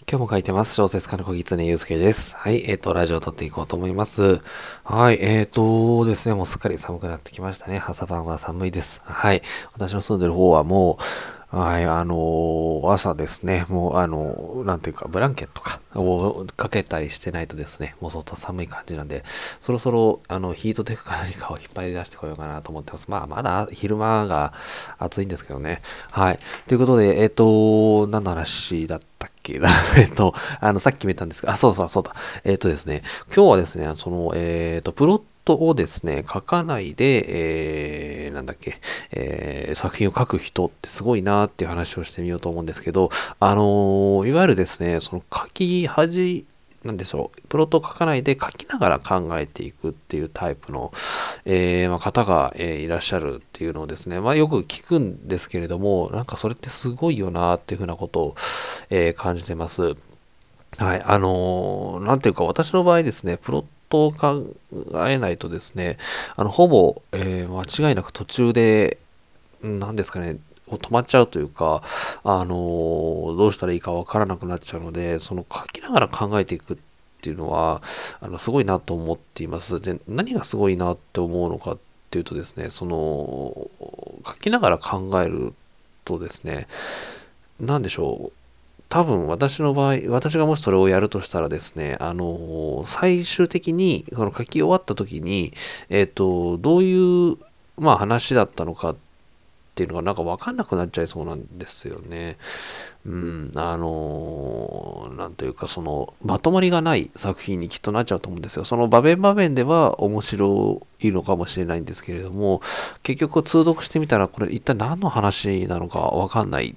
今日も書いてます。小説家の小狐祐介です。はい、ラジオを撮っていこうと思います。はい、ですね、もうすっかり寒くなってきましたね。朝晩は寒いです。はい、私の住んでる方はもう、はい、朝ですね、もう、なんていうか、ブランケットか、をかけたりしてないとですね、もう外寒い感じなんで、そろそろ、ヒートテックか何かを引っ張り出してこようかなと思ってます。まあ、まだ昼間が暑いんですけどね。はい。ということで、何の話だったっけなさっきも言ったんですが、そうそうそうだ。ですね、今日はですね、プロットをですね、書かないで、なんだっけ、作品を書く人ってすごいなっていう話をしてみようと思うんですけど、いわゆるですね、そのなんでしょう、プロットを書かないで書きながら考えていくっていうタイプの、方が、いらっしゃるっていうのをですね、よく聞くんですけれども、なんかそれってすごいよなっていうふうなことを、感じてます。はい、なんていうか私の場合ですね、プロットを考えないとですね、ほぼ、間違いなく途中で、なんですかね、止まっちゃうというか、どうしたらいいかわからなくなっちゃうので、その書きながら考えていくっていうのは、すごいなと思っています。で、何がすごいなって思うのかっていうとですね、書きながら考えるとですね、なんでしょう、多分私の場合、私がもしそれをやるとしたらですね、最終的に、その書き終わった時に、どういう、話だったのかっていうのがなんか分かんなくなっちゃいそうなんですよね。うん、なんというか、まとまりがない作品にきっとなっちゃうと思うんですよ。その場面場面では面白いのかもしれないんですけれども、結局通読してみたら、これ一体何の話なのか分かんない。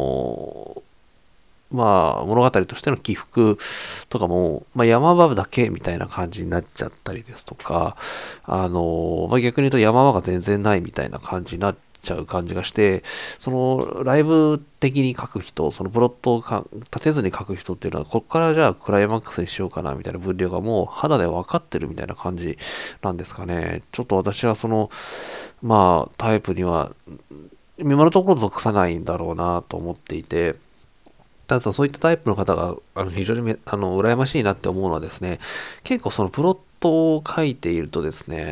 物語としての起伏とかも、山場だけみたいな感じになっちゃったりですとか、逆に言うと山場が全然ないみたいな感じになっちゃう感じがして、ライブ的に書く人、そのプロットを立てずに書く人っていうのは、ここからじゃあクライマックスにしようかなみたいな分量がもう肌で分かってるみたいな感じなんですかね。ちょっと私はタイプには、今のところ属さないんだろうなと思っていて、ただそういったタイプの方が非常に羨ましいなって思うのはですね、結構そのプロットを書いているとですね、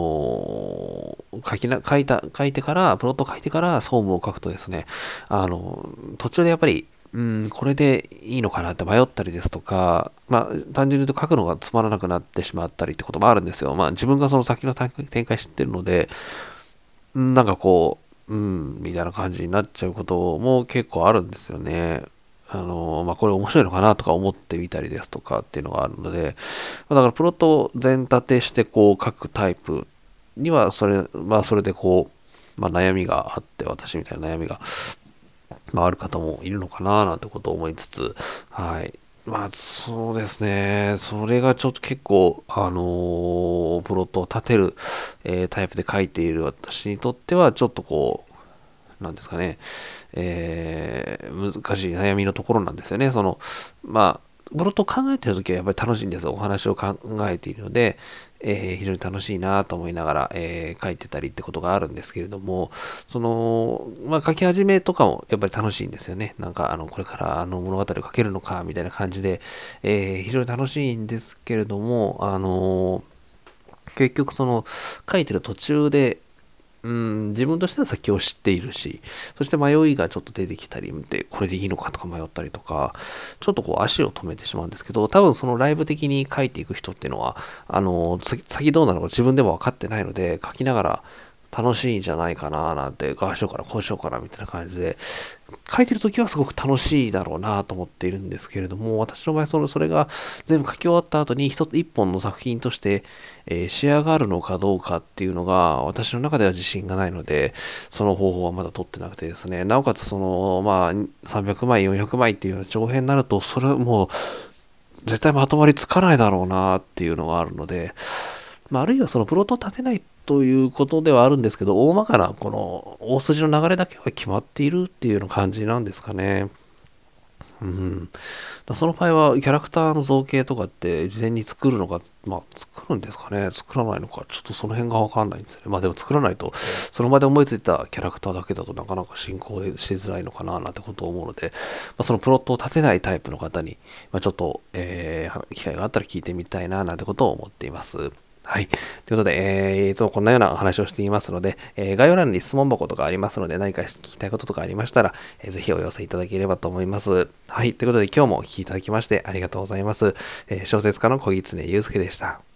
書いてから、プロットを書いてから総務を書くとですね、途中でやっぱり、これでいいのかなって迷ったりですとか、単純に言うと書くのがつまらなくなってしまったりってこともあるんですよ。自分がその先の展開知ってるので、なんかこう、みたいな感じになっちゃうことも結構あるんですよね。これ面白いのかなとか思ってみたりですとかっていうのがあるので、だからプロットを全立てしてこう書くタイプには、それでこう、悩みがあって、私みたいな悩みが、ある方もいるのかななんてことを思いつつ、はい。そうですね。それがちょっと結構、プロットを立てる、タイプで書いている私にとっては、ちょっとこう、なんですかね、難しい悩みのところなんですよね。プロットを考えているときはやっぱり楽しいんですよ。お話を考えているので、非常に楽しいなと思いながら、書いてたりってことがあるんですけれども、書き始めとかもやっぱり楽しいんですよね。なんか、これから物語を書けるのか、みたいな感じで、非常に楽しいんですけれども、結局書いてる途中で、自分としては先を知っているし、そして迷いがちょっと出てきたり、で、これでいいのかとか迷ったりとか、ちょっとこう足を止めてしまうんですけど、多分そのライブ的に書いていく人っていうのは、先どうなのか自分でも分かってないので、書きながら楽しいんじゃないかななんて、ああしようかな、こうしようかなみたいな感じで、書いてる時はすごく楽しいだろうなと思っているんですけれども、私の場合それが全部書き終わった後に一本の作品として、仕上がるのかどうかっていうのが私の中では自信がないので、その方法はまだ取ってなくてですね、なおかつ300枚、400枚っていうような長編になると、それはもう絶対まとまりつかないだろうなっていうのがあるので、あるいはそのプロットを立てないということではあるんですけど、大まかなこの大筋の流れだけは決まっているっていうような感じなんですかね。 うん。その場合は、キャラクターの造形とかって事前に作るのか、まあ、作るんですかね、作らないのか、ちょっとその辺がわかんないんですよね。まあでも作らないと、その場で思いついたキャラクターだけだとなかなか進行しづらいのかな、なんてことを思うので、そのプロットを立てないタイプの方に、ちょっと、機会があったら聞いてみたいな、なんてことを思っています。はい。ということで、いつもこんなような話をしていますので、概要欄に質問箱とかありますので、何か聞きたいこととかありましたら、ぜひお寄せいただければと思います。はい。ということで、今日もお聞きいただきましてありがとうございます。小説家の小狐祐介でした。